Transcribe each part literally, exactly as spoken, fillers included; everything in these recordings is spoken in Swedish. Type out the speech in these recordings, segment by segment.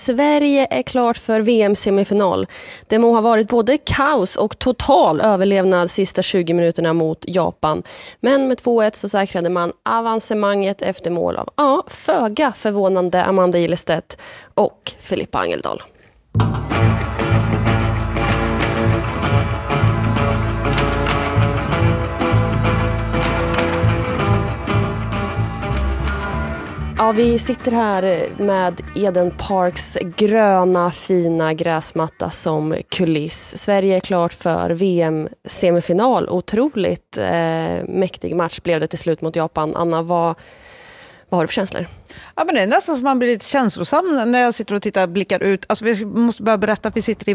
Sverige är klart för V M-semifinal. Det må ha varit både kaos och total överlevnad sista tjugo minuterna mot Japan. Men med två ett så säkrade man avancemanget efter mål av ja, föga förvånande Amanda Ilestedt och Filippa Angeldal. Ja, vi sitter här med Eden Parks gröna fina gräsmatta som kuliss. Sverige är klart för V M-semifinal. Otroligt eh, mäktig match blev det till slut mot Japan. Anna, vad, vad har du för känslor? Ja, men det är nästan som man blir lite känslosam när jag sitter och tittar och blickar ut. Alltså, vi måste börja berätta att vi sitter i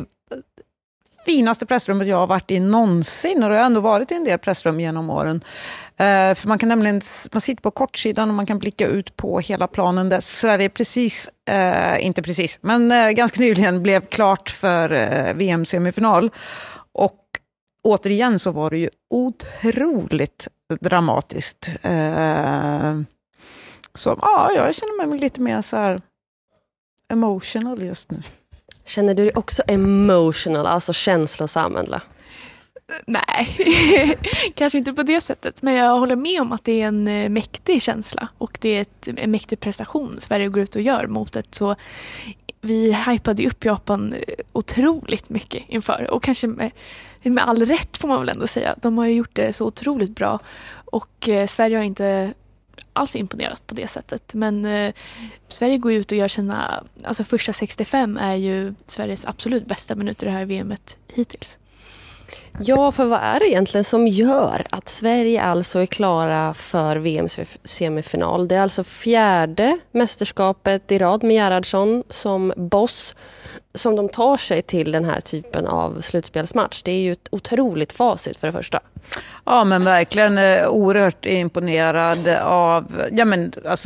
finaste pressrummet jag har varit i någonsin, och det har ändå varit i en del pressrum genom åren. Uh, för man kan nämligen, man sitter på kortsidan och man kan blicka ut på hela planen där Sverige precis, uh, inte precis, men uh, ganska nyligen blev klart för uh, V M-semifinal. Och återigen så var det ju otroligt dramatiskt. Uh, så ja, jag känner mig lite mer så här emotional just nu. Känner du dig också emotional, alltså känslosam, Endla? Nej, kanske inte på det sättet. Men jag håller med om att det är en mäktig känsla. Och det är ett, en mäktig prestation Sverige går ut och gör mot ett så... Vi hypade upp Japan otroligt mycket inför. Och kanske med, med all rätt får man väl ändå säga. De har ju gjort det så otroligt bra. Och eh, Sverige har inte alls imponerat på det sättet. Men eh, Sverige går ut och gör sina... Alltså första sextiofem är ju Sveriges absolut bästa minuter i det här V M:et hittills. Ja, för vad är det egentligen som gör att Sverige alltså är klara för V M-semifinal? Det är alltså fjärde mästerskapet i rad med Gerhardsson som boss som de tar sig till den här typen av slutspelsmatch. Det är ju ett otroligt facit för det första. Ja, men verkligen eh, oerhört imponerad av, ja men alltså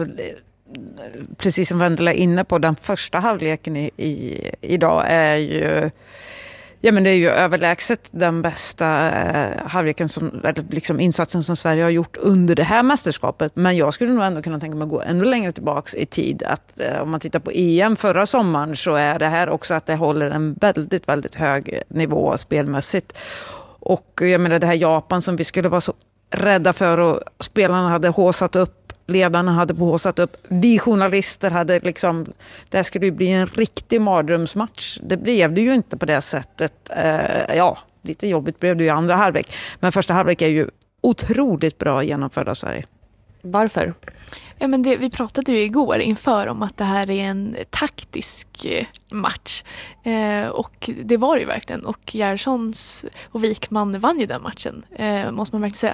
precis som Vendela är inne på, den första halvleken i, i, idag är ju Ja, men det är ju överlägset den bästa eh, halvleken som, eller liksom insatsen som Sverige har gjort under det här mästerskapet. Men jag skulle nog ändå kunna tänka mig att gå ännu längre tillbaks i tid. Att eh, om man tittar på E M förra sommaren så är det här också att det håller en väldigt, väldigt hög nivå spelmässigt. Och jag menar det här Japan som vi skulle vara så rädda för och spelarna hade håsat upp. Ledarna hade påsatt upp, vi journalister hade liksom, det skulle ju bli en riktig mardrömsmatch. Det blev det ju inte på det sättet. Eh, ja, lite jobbigt blev det ju i andra halvlek. Men första halvlek är ju otroligt bra genomförd av Sverige. Varför? Ja, men det, vi pratade ju igår inför om att det här är en taktisk match. Eh, och det var det ju verkligen. Och Gerhardssons och Wikman vann ju den matchen, eh, måste man verkligen säga.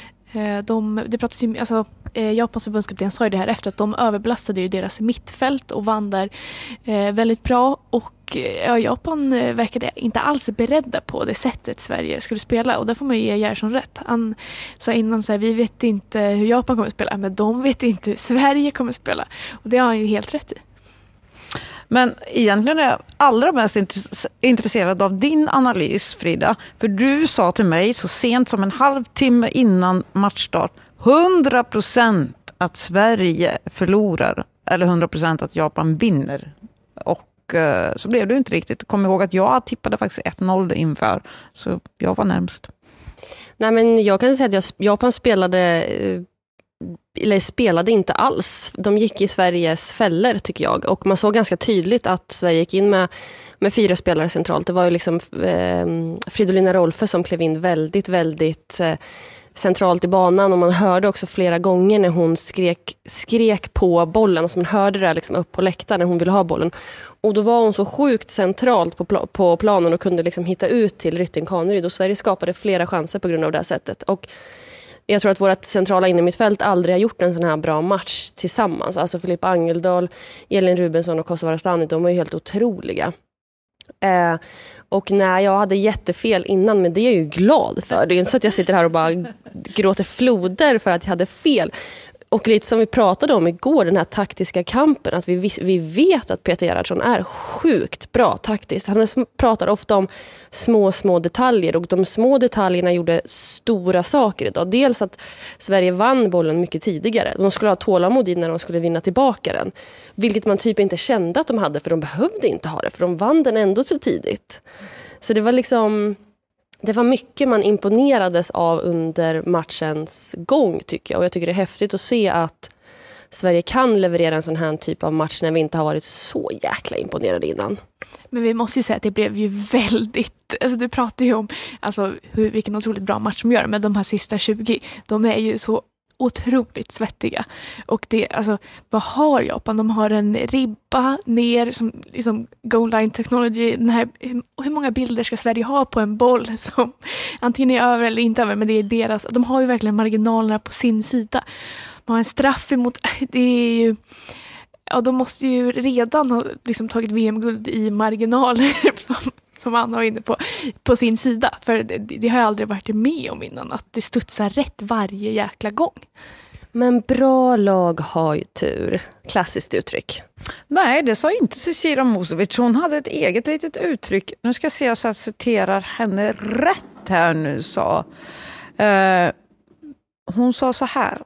De, det pratas ju, alltså, Japans förbundskapten sa ju det här efter att de överbelastade ju deras mittfält och vann där eh, väldigt bra. Och ja, Japan verkade inte alls beredda på det sättet Sverige skulle spela. Och där får man ju ge Gerhardsson rätt. Han sa innan så här, vi vet inte hur Japan kommer att spela, men de vet inte hur Sverige kommer att spela. Och det har han ju helt rätt i. Men egentligen är jag allra mest intresserad av din analys, Frida. För du sa till mig så sent som en halvtimme innan matchstart hundra procent att Sverige förlorar eller hundra procent att Japan vinner. Och eh, så blev det ju inte riktigt. Kom ihåg att jag tippade faktiskt ett noll inför, så jag var närmst. Nej, men jag kan säga att jag, Japan spelade... eller spelade inte alls. De gick i Sveriges fällor tycker jag. Och man såg ganska tydligt att Sverige gick in med, med fyra spelare centralt. Det var ju liksom eh, Fridolina Rolfö som klev in väldigt, väldigt eh, centralt i banan. Och man hörde också flera gånger när hon skrek, skrek på bollen. Alltså man hörde det liksom upp på läktaren när hon ville ha bollen. Och då var hon så sjukt centralt på, pl- på planen och kunde liksom hitta ut till Rytting Kaneryd. Och Sverige skapade flera chanser på grund av det här sättet. Och jag tror att vårt centrala innermittfält aldrig har gjort en sån här bra match tillsammans. Alltså Filippa Angeldal, Elin Rubensson och Kosovare Stani, de är ju helt otroliga. Eh, och när jag hade jättefel innan, men det är jag ju glad för. Det är inte så att jag sitter här och bara gråter floder för att jag hade fel. Och lite som vi pratade om igår, den här taktiska kampen, att vi, vi vet att Peter Gerhardsson är sjukt bra taktiskt. Han pratar ofta om små, små detaljer, och de små detaljerna gjorde stora saker idag. Dels att Sverige vann bollen mycket tidigare. De skulle ha tålamod när de skulle vinna tillbaka den. Vilket man typ inte kände att de hade, för de behövde inte ha det, för de vann den ändå så tidigt. Så det var liksom... Det var mycket man imponerades av under matchens gång, tycker jag. Och jag tycker det är häftigt att se att Sverige kan leverera en sån här typ av match när vi inte har varit så jäkla imponerade innan. Men vi måste ju säga att det blev ju väldigt... Alltså du pratar ju om alltså, hur, vilken otroligt bra match de gör, men de här sista tjugo, de är ju så otroligt svettiga. Och det, alltså, vad har Japan? De har en ribba ner som liksom goal line technology. Den här, hur många bilder ska Sverige ha på en boll som antingen är över eller inte över, men det är deras. De har ju verkligen marginalerna på sin sida. Man har en straff emot, det är ju, ja, de måste ju redan ha liksom tagit V M-guld i marginaler som som han var inne på, på sin sida. För det, det har jag aldrig varit med om innan, att det studsar rätt varje jäkla gång. Men bra lag har ju tur. Klassiskt uttryck. Nej, det sa inte Zecira Musovic. Hon hade ett eget litet uttryck. Nu ska jag se så att jag citerar henne rätt här nu. Sa. Uh, hon sa så här.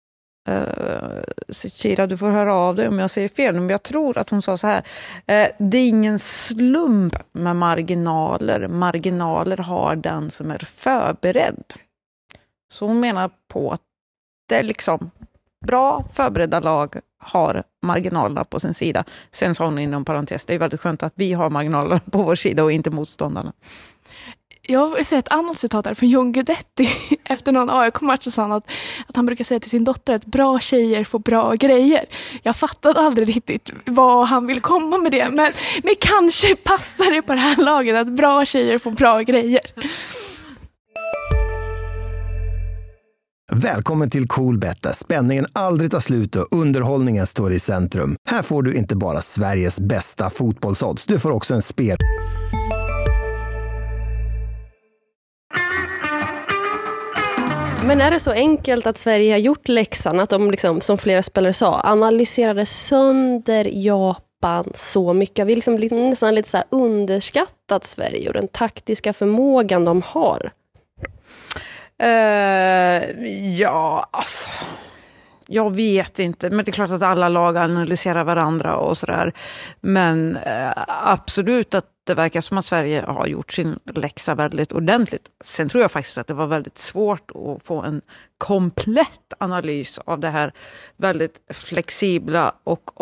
Uh, Zecira, du får höra av dig om jag säger fel, men jag tror att hon sa så här: uh, det är ingen slump med marginaler. Marginaler har den som är förberedd. Så hon menar på att det är liksom bra förberedda lag har marginalerna på sin sida. Sen sa hon inom parentes, det är väldigt skönt att vi har marginaler på vår sida och inte motståndarna. Jag vill säga ett annat citat här från John Guidetti. Efter någon A I K-match så sa han att, att han brukar säga till sin dotter att bra tjejer får bra grejer. Jag fattade aldrig riktigt vad han vill komma med det. Men, men kanske passar det på det här laget att bra tjejer får bra grejer. Välkommen till Coolbet, där spänningen aldrig tar slut och underhållningen står i centrum. Här får du inte bara Sveriges bästa fotbollsodds, du får också en spel... Men är det så enkelt att Sverige har gjort läxan, att de liksom, som flera spelare sa, analyserade sönder Japan så mycket? Vi liksom, liksom nästan lite så här underskattat Sverige och den taktiska förmågan de har. Uh, ja, alltså, jag vet inte. Men det är klart att alla lag analyserar varandra och sådär. Men uh, absolut att det verkar som att Sverige har gjort sin läxa väldigt ordentligt. Sen tror jag faktiskt att det var väldigt svårt att få en komplett analys av det här väldigt flexibla och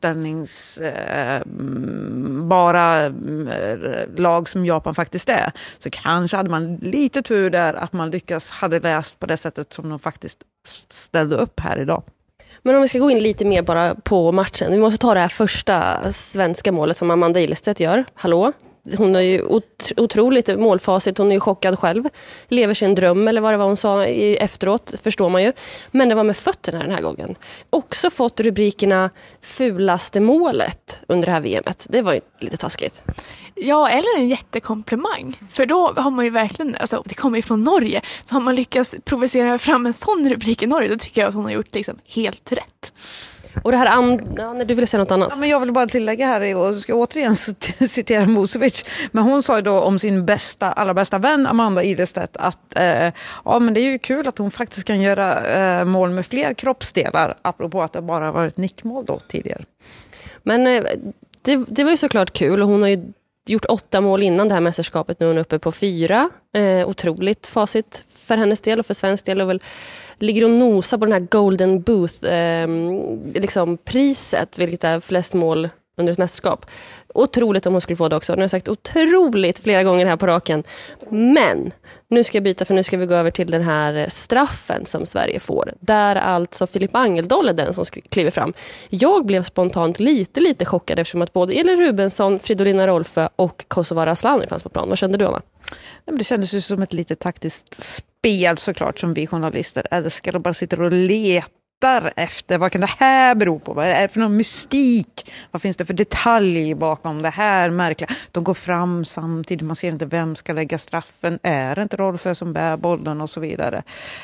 omställningsbara lag som Japan faktiskt är. Så kanske hade man lite tur där att man lyckas hade läst på det sättet som de faktiskt ställde upp här idag. Men om vi ska gå in lite mer bara på matchen. Vi måste ta det här första svenska målet som Amanda Ilestedt gör. Hallå? Hon har ju ot- otroligt målfacit. Hon är ju chockad själv. Lever sin dröm, eller vad det var hon sa i, efteråt, förstår man ju. Men det var med fötterna den här gången. Också fått rubrikerna fulaste målet under det här V M:et. Det var ju lite taskigt. Ja, eller en jättekomplimang. För då har man ju verkligen, alltså det kommer ju från Norge, så har man lyckats provocera fram en sån rubrik i Norge, då tycker jag att hon har gjort liksom helt rätt. Och det här and- ja, när du vill säga något annat. Ja, men jag vill bara tillägga här, och ska återigen citera Musovic, men hon sa ju då om sin bästa, allra bästa vän Amanda Ilestedt att eh, ja, men det är ju kul att hon faktiskt kan göra eh, mål med fler kroppsdelar, apropå att det bara var ett nickmål då tidigare. Men eh, det, det var ju såklart kul, och hon har ju gjort åtta mål innan det här mästerskapet. Nu är hon uppe på fyra. Eh, otroligt facit för hennes del och för svensk del. Och väl ligger och nosar på den här Golden Booth eh, liksom priset, vilket är flest mål under ett mästerskap. Otroligt om hon skulle få det också. Nu har jag sagt otroligt flera gånger här på raken. Men nu ska jag byta, för nu ska vi gå över till den här straffen som Sverige får. Där alltså Filip Angeldal är den som kliver fram. Jag blev spontant lite, lite chockad eftersom att både Elin Rubensson, Fridolina Rolfö och Kosovare Asllani fanns på plan. Vad kände du, Anna? Det kändes ju som ett lite taktiskt spel såklart, som vi journalister älskar och bara sitter och letar lettar efter, vad kan det här bero på? Vad är det för någon mystik? Vad finns det för detalj bakom det här märkliga? De går fram samtidigt, man ser inte vem ska lägga straffen. Är det inte Rolfö som bär bollen och så vidare?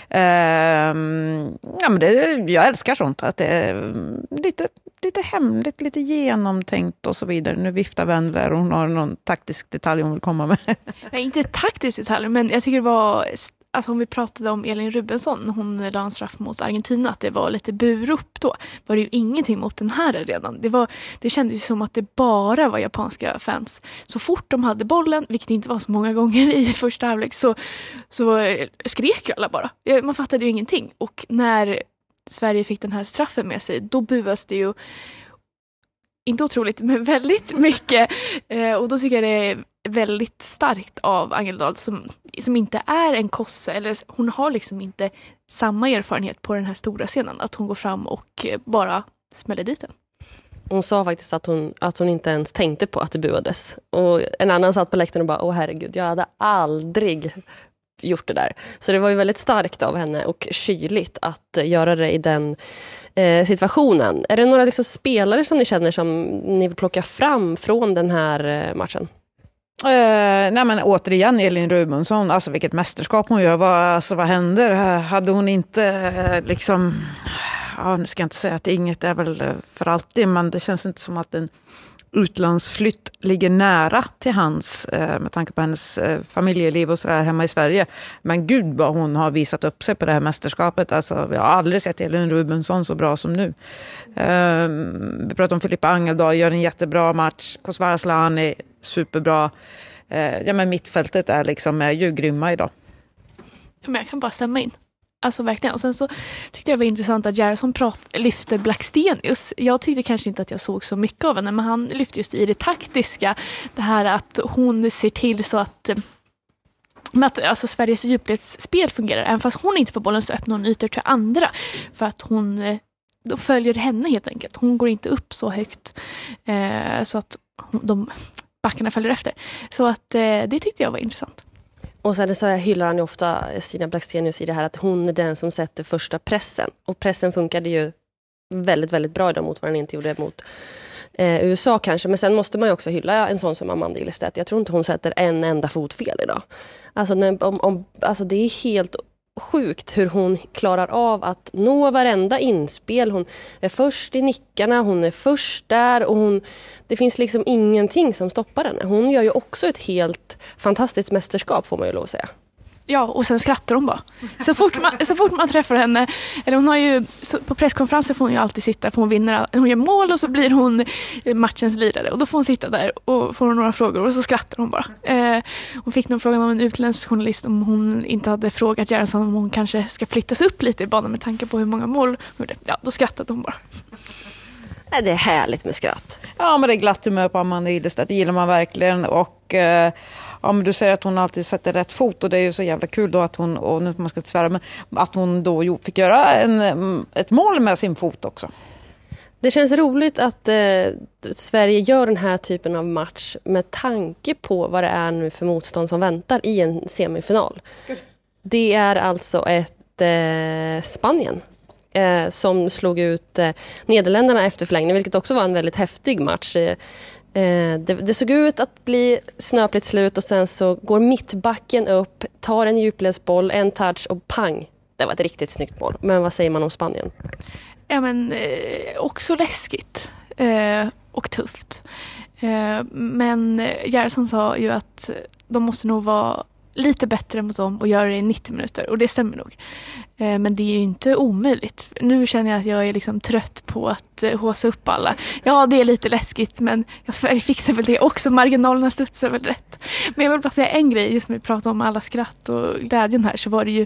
Ehm, ja, men det, jag älskar sånt, att det är lite, lite hemligt, lite genomtänkt och så vidare. Nu viftar Wendler och hon har någon taktisk detalj hon vill komma med. Nej, inte taktisk detalj, men jag tycker det var... Alltså om vi pratade om Elin Rubensson, hon la en straff mot Argentina, att det var lite burop då. Var det ju ingenting mot den här redan. Det, var, det kändes som att det bara var japanska fans. Så fort de hade bollen, vilket inte var så många gånger i första halvlek, så, så skrek ju alla bara. Man fattade ju ingenting. Och när Sverige fick den här straffen med sig, då buas det ju inte otroligt, men väldigt mycket. Och då tycker jag det är väldigt starkt av Angeldal som, som inte är en kosse, eller hon har liksom inte samma erfarenhet på den här stora scenen, att hon går fram och bara smäller dit den. Hon sa faktiskt att hon, att hon inte ens tänkte på att det buades. Och en annan satt på läktaren och bara, åh herregud, jag hade aldrig gjort det där. Så det var ju väldigt starkt av henne och kyligt att göra det i den eh, situationen. Är det några liksom spelare som ni känner som ni vill plocka fram från den här eh, matchen? Uh, nej men återigen Elin Rubensson, alltså vilket mästerskap hon gör, vad, alltså, vad händer? Hade hon inte uh, liksom, ja, nu ska jag inte säga att inget är väl för alltid, men det känns inte som att en utlandsflytt ligger nära till hans uh, med tanke på hennes uh, familjeliv och sådär hemma i Sverige. Men gud vad hon har visat upp sig på det här mästerskapet, alltså jag har aldrig sett Elin Rubensson så bra som nu. Uh, vi pratar om Filippa Angeldal, gör en jättebra match, Kosovare Asllani superbra. Eh, ja, men mittfältet är liksom är ju grymma idag. Men jag kan bara stämma in. Alltså verkligen. Och sen så tyckte jag det var intressant att Gerhardsson prat, lyfte Blackstenius. Jag tyckte kanske inte att jag såg så mycket av henne, men han lyfte just i det taktiska. Det här att hon ser till så att med att alltså, Sveriges djupledsspel fungerar. Även fast hon inte får bollen så öppnar hon ytor till andra. För att hon då följer henne helt enkelt. Hon går inte upp så högt eh, så att de backarna följer efter. Så att eh, det tyckte jag var intressant. Och sen så hyllar han ju ofta Stina Blackstenius i det här att hon är den som sätter första pressen. Och pressen funkade ju väldigt, väldigt bra idag mot vad den inte gjorde mot eh, U S A kanske. Men sen måste man ju också hylla en sån som Amanda Ilestedt. Jag tror inte hon sätter en enda fot fel idag. Alltså, när, om, om, alltså det är helt sjukt hur hon klarar av att nå varenda inspel. Hon är först i nickarna, hon är först där och hon, det finns liksom ingenting som stoppar henne. Hon gör ju också ett helt fantastiskt mästerskap får man ju lov att säga. Ja, och sen skrattar hon bara. Så fort man, så fort man träffar henne, eller hon har ju, på presskonferenser får hon ju alltid sitta, för hon vinner, hon gör mål och så blir hon matchens lirare. Och då får hon sitta där och får hon några frågor och så skrattar hon bara. Eh, hon fick någon fråga av en utländsk journalist om hon inte hade frågat Gerhardsson om hon kanske ska flyttas upp lite i banan med tanke på hur många mål hon gjorde. Ja, då skrattade hon bara. Det är härligt med skratt. Ja, men det är glatt humör på Amanda Ilestedt, det gillar man verkligen. Och eh, ja, men du säger att hon alltid sätter rätt fot och det är ju så jävla kul då att hon, och nu man ska svära, men att hon då fick göra en, ett mål med sin fot också. Det känns roligt att eh, Sverige gör den här typen av match med tanke på vad det är nu för motstånd som väntar i en semifinal. Det är alltså ett eh, Spanien. Eh, som slog ut eh, Nederländerna efter förlängning, vilket också var en väldigt häftig match. Eh, det, det såg ut att bli snöpligt slut och sen så går mittbacken upp, tar en djupledsboll, en touch och pang. Det var ett riktigt snyggt mål. Men vad säger man om Spanien? Ja, men eh, också läskigt eh, och tufft. Eh, men Gerhardsson sa ju att de måste nog vara lite bättre mot dem och göra det i nittio minuter. Och det stämmer nog. Eh, men det är ju inte omöjligt. Nu känner jag att jag är liksom trött på att eh, håsa upp alla. Ja, det är lite läskigt, men jag Sverige fixar väl det också. Marginalerna studsar väl rätt. Men jag vill bara säga en grej. Just när vi pratar om alla skratt och glädjen här, så var det ju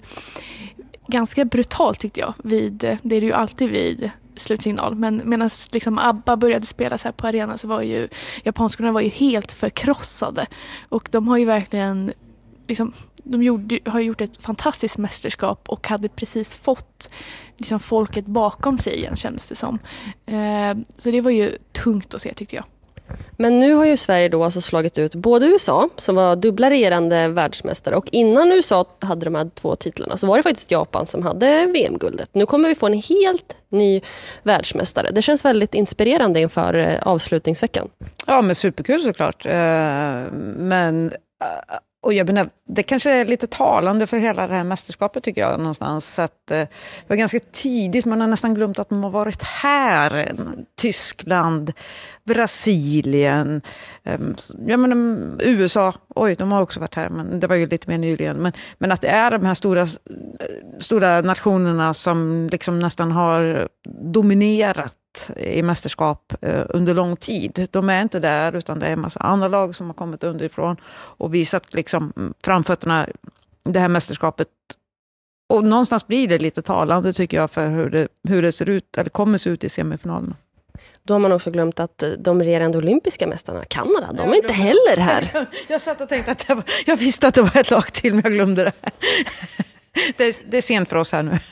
ganska brutalt tyckte jag. Vid, det är det ju alltid vid slutsignal. Men medan liksom ABBA började spela så här på arenan, så var ju japanskorna var ju helt förkrossade. Och de har ju verkligen liksom, de gjorde, har gjort ett fantastiskt mästerskap och hade precis fått liksom, folket bakom sig igen, kändes det som. Eh, så det var ju tungt att se tyckte jag. Men nu har ju Sverige då alltså slagit ut både U S A, som var dubbla regerande världsmästare, och innan U S A hade de här två titlarna så var det faktiskt Japan som hade V M-guldet. Nu kommer vi få en helt ny världsmästare. Det känns väldigt inspirerande inför avslutningsveckan. Ja, men superkul såklart. Men... Och jag menar, det kanske är lite talande för hela det här mästerskapet tycker jag någonstans. Så att, eh, det var ganska tidigt, man har nästan glömt att de har varit här. Tyskland, Brasilien, eh, jag menar, U S A, oj de har också varit här men det var ju lite mer nyligen. Men, men att det är de här stora, stora nationerna som liksom nästan har dominerat i mästerskap eh, under lång tid. De är inte där utan det är en massa andra lag som har kommit underifrån och visat liksom framfötterna det här mästerskapet. Och någonstans blir det lite talande tycker jag för hur det, hur det ser ut eller kommer se ut i semifinalerna. Då har man också glömt att de regerande olympiska mästarna, Kanada, de är inte heller här. Jag satt och tänkte att det var, jag visste att det var ett lag till men jag glömde det. Det är, det är sent för oss här nu.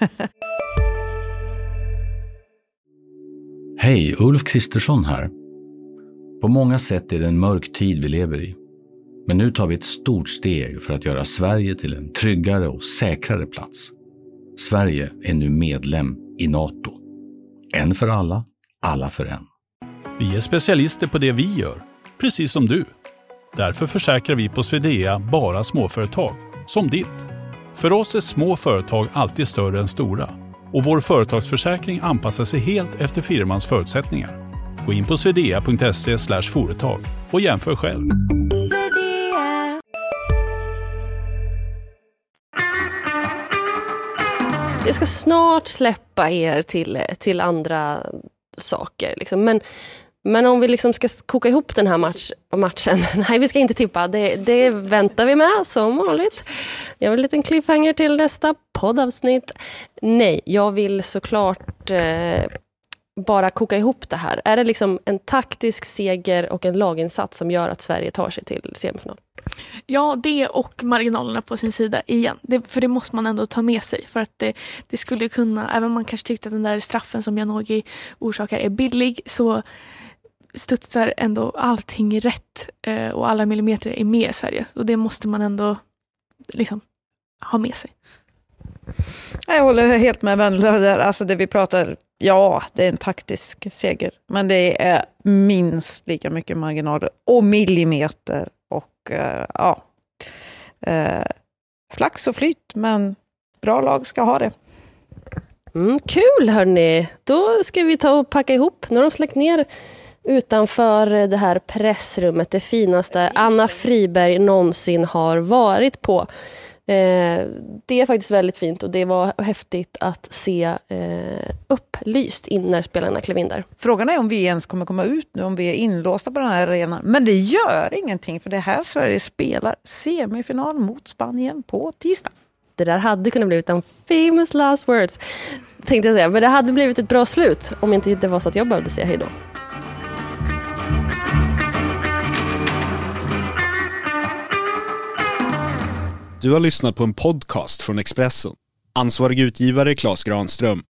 Hej, Ulf Kristersson här. På många sätt är det en mörk tid vi lever i. Men nu tar vi ett stort steg för att göra Sverige till en tryggare och säkrare plats. Sverige är nu medlem i NATO. En för alla, alla för en. Vi är specialister på det vi gör, precis som du. Därför försäkrar vi på Swedea bara småföretag, som ditt. För oss är små företag alltid större än stora. Och vår företagsförsäkring anpassar sig helt efter firmans förutsättningar. Gå in på swedea punkt se slash företag och jämför själv. Swedea. Jag ska snart släppa er till, till andra saker. Liksom. Men, men om vi liksom ska koka ihop den här match, matchen. Nej, vi ska inte tippa. Det, det väntar vi med som vanligt. Jag har en liten cliffhanger till nästa poddavsnitt. Nej, jag vill såklart eh, bara koka ihop det här. Är det liksom en taktisk seger och en laginsats som gör att Sverige tar sig till semifinal? Ja, det och marginalerna på sin sida igen. Det, för det måste man ändå ta med sig. För att det, det skulle kunna, även om man kanske tyckte att den där straffen som Janogy orsakar är billig, så studsar ändå allting rätt eh, och alla millimeter är med i Sverige. Och det måste man ändå liksom ha med sig. Jag håller helt med Vendela där. Alltså det vi pratar, ja, det är en taktisk seger. Men det är minst lika mycket marginaler och millimeter. Och uh, ja, uh, flax och flyt, men bra lag ska ha det. Mm, kul hörni. Då ska vi ta och packa ihop. Nu har de släckt ner utanför det här pressrummet, det finaste Anna Friberg någonsin har varit på. Eh, det är faktiskt väldigt fint och det var häftigt att se eh, upplyst in när spelarna klev in där. Frågan är om vi ens kommer komma ut nu, om vi är inlåsta på den här arenan. Men det gör ingenting för det här Sverige spelar semifinal mot Spanien på tisdag. Det där hade kunnat bli en famous last words, tänkte jag säga. Men det hade blivit ett bra slut om inte det var så att jag behövde säga hej då. Du har lyssnat på en podcast från Expressen. Ansvarig utgivare Claes Granström.